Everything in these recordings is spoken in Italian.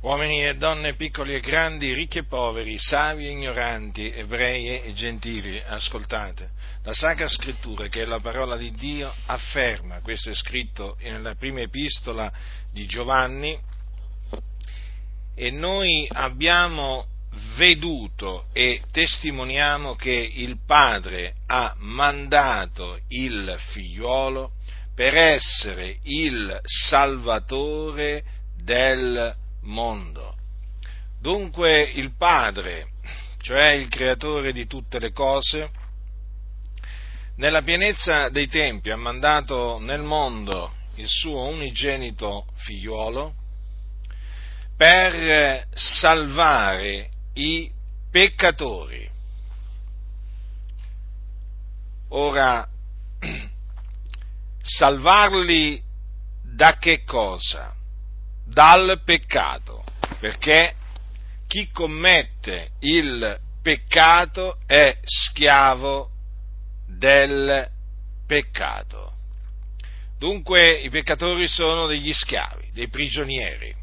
Uomini e donne, piccoli e grandi, ricchi e poveri, savi e ignoranti, ebrei e gentili, ascoltate. La Sacra Scrittura, che è la parola di Dio, afferma, questo è scritto nella prima epistola di Giovanni, e noi abbiamo veduto e testimoniamo che il Padre ha mandato il Figliuolo per essere il Salvatore del mondo. Dunque il Padre, cioè il Creatore di tutte le cose, nella pienezza dei tempi ha mandato nel mondo il suo unigenito Figliuolo per salvare i peccatori. Ora, salvarli da che cosa? Dal peccato, perché chi commette il peccato è schiavo del peccato. Dunque i peccatori sono degli schiavi, dei prigionieri.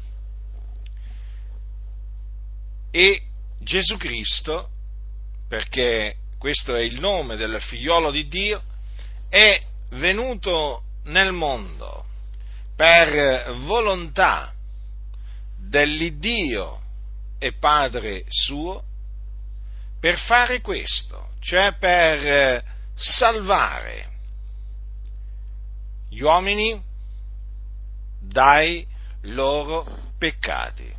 E Gesù Cristo, perché questo è il nome del Figliolo di Dio, è venuto nel mondo per volontà dell'Iddio e Padre suo, per fare questo, cioè per salvare gli uomini dai loro peccati.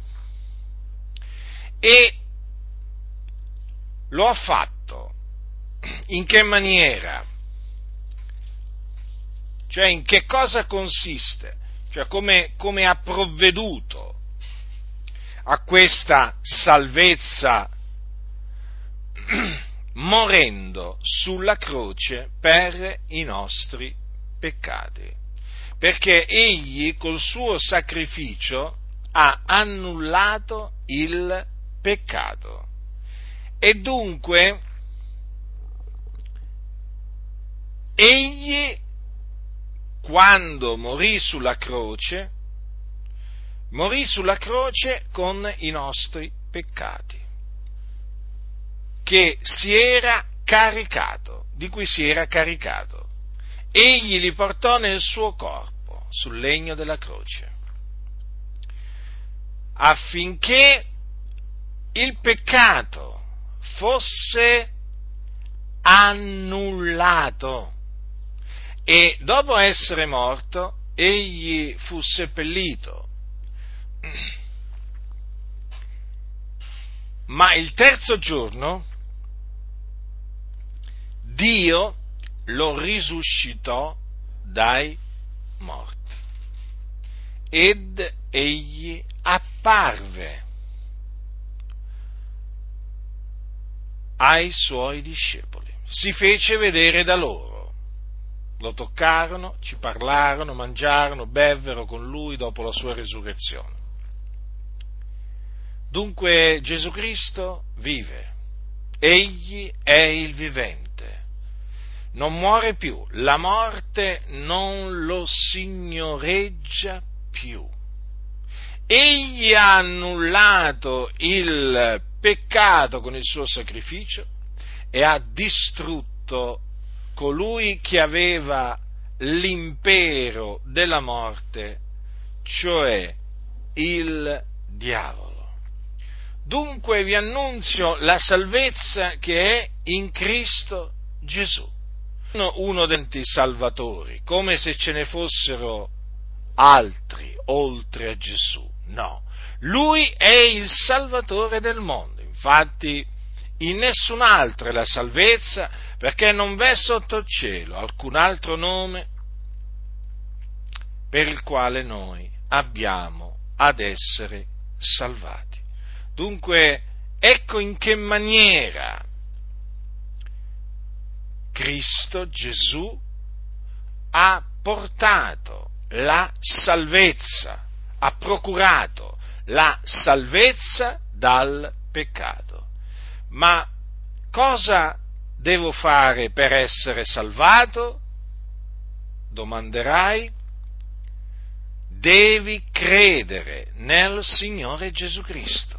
E lo ha fatto in che maniera? Cioè in che cosa consiste? Cioè come ha provveduto a questa salvezza morendo sulla croce per i nostri peccati. Perché egli col suo sacrificio ha annullato il peccato. E dunque egli, quando morì sulla croce con i nostri peccati, che si era caricato, di cui si era caricato. Egli li portò nel suo corpo, sul legno della croce, affinché il peccato fosse annullato. E dopo essere morto, egli fu seppellito. Ma il terzo giorno Dio lo risuscitò dai morti ed egli apparve ai suoi discepoli, si fece vedere da loro. Lo toccarono, ci parlarono, mangiarono, bevvero con lui dopo la sua risurrezione. Dunque Gesù Cristo vive, egli è il vivente, non muore più, la morte non lo signoreggia più. Egli ha annullato il peccato con il suo sacrificio e ha distrutto colui che aveva l'impero della morte, cioè il diavolo. Dunque vi annunzio la salvezza che è in Cristo Gesù. Uno dei tanti salvatori, come se ce ne fossero altri oltre a Gesù. No, lui è il Salvatore del mondo. Infatti in nessun altro è la salvezza, perché non v'è sotto il cielo alcun altro nome per il quale noi abbiamo ad essere salvati. Dunque, ecco in che maniera Cristo Gesù ha portato la salvezza, ha procurato la salvezza dal peccato. Ma cosa devo fare per essere salvato? Domanderai. devi credere nel Signore Gesù Cristo.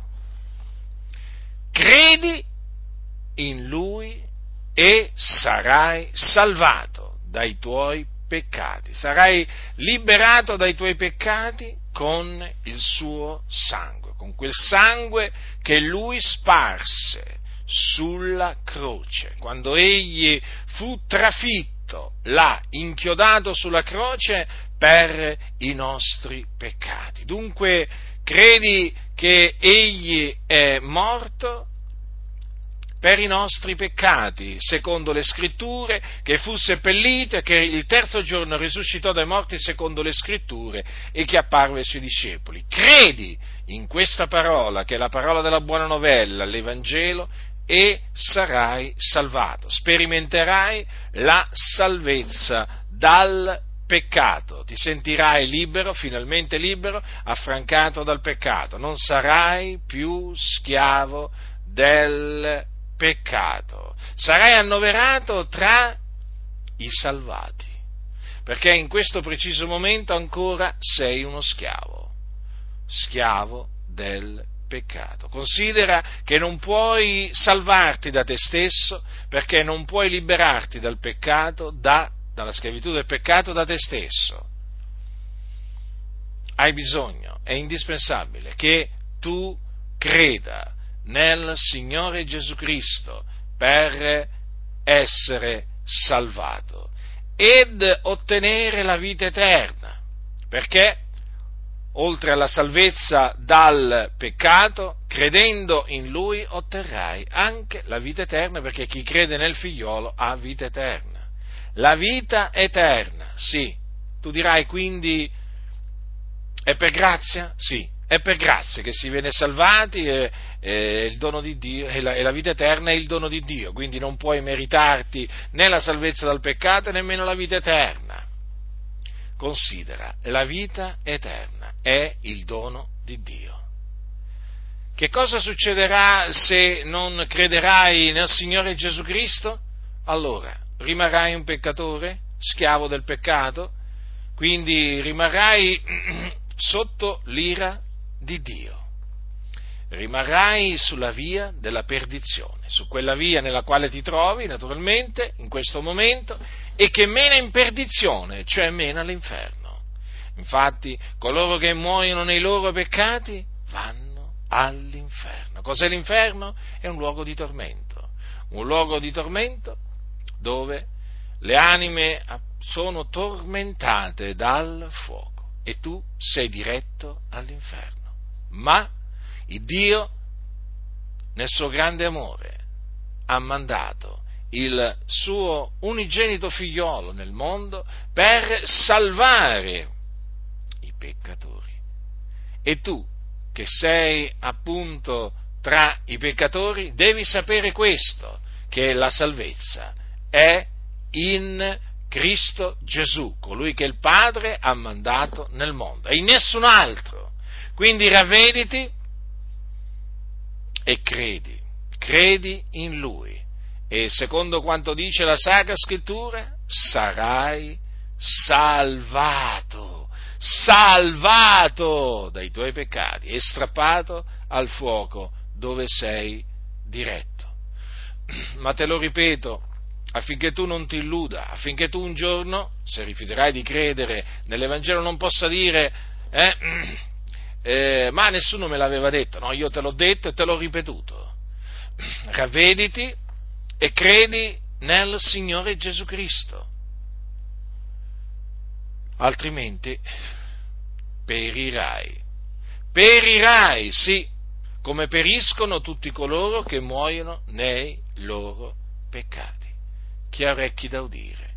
Credi in Lui e sarai salvato dai tuoi peccati, sarai liberato dai tuoi peccati con il suo sangue, con quel sangue che Lui sparse sulla croce, quando Egli fu trafitto, là, inchiodato sulla croce per i nostri peccati. Dunque, credi che Egli è morto per i nostri peccati, secondo le Scritture, che fu seppellito e che il terzo giorno risuscitò dai morti secondo le Scritture e che apparve ai suoi discepoli. Credi in questa parola, che è la parola della buona novella, l'Evangelo, e sarai salvato, sperimenterai la salvezza dal peccato, ti sentirai libero, finalmente libero, affrancato dal peccato, non sarai più schiavo del peccato, sarai annoverato tra i salvati, perché in questo preciso momento ancora sei uno schiavo del peccato. Considera che non puoi salvarti da te stesso, perché non puoi liberarti dal peccato, dalla schiavitù del peccato da te stesso. Hai bisogno, è indispensabile che tu creda nel Signore Gesù Cristo per essere salvato ed ottenere la vita eterna, perché oltre alla salvezza dal peccato, credendo in Lui otterrai anche la vita eterna, perché chi crede nel Figliolo ha vita eterna. La vita eterna, sì. Tu dirai quindi, è per grazia? Sì, è per grazia che si viene salvati, è il dono di Dio, e la vita eterna è il dono di Dio, quindi non puoi meritarti né la salvezza dal peccato, nemmeno la vita eterna. Considera, la vita eterna è il dono di Dio. Che cosa succederà se non crederai nel Signore Gesù Cristo? Allora, rimarrai un peccatore, schiavo del peccato, quindi rimarrai sotto l'ira di Dio. Rimarrai sulla via della perdizione, su quella via nella quale ti trovi, naturalmente, in questo momento, e che mena in perdizione, cioè mena all'inferno. Infatti, coloro che muoiono nei loro peccati vanno all'inferno. Cos'è l'inferno? È un luogo di tormento dove le anime sono tormentate dal fuoco e tu sei diretto all'inferno. Ma il Dio, nel suo grande amore, ha mandato il suo unigenito figliolo nel mondo per salvare i peccatori. E tu, che sei appunto tra i peccatori, devi sapere questo, che la salvezza è in Cristo Gesù, colui che il Padre ha mandato nel mondo, e in nessun altro. Quindi ravvediti e credi in Lui, e secondo quanto dice la Sacra Scrittura, sarai salvato dai tuoi peccati e strappato al fuoco dove sei diretto. Ma te lo ripeto, affinché tu non ti illuda, affinché tu un giorno, se rifiuterai di credere nell'Evangelo, non possa dire ma nessuno me l'aveva detto. No, io te l'ho detto e te l'ho ripetuto. Ravvediti e credi nel Signore Gesù Cristo, altrimenti perirai, sì, come periscono tutti coloro che muoiono nei loro peccati. Chi ha orecchi da udire,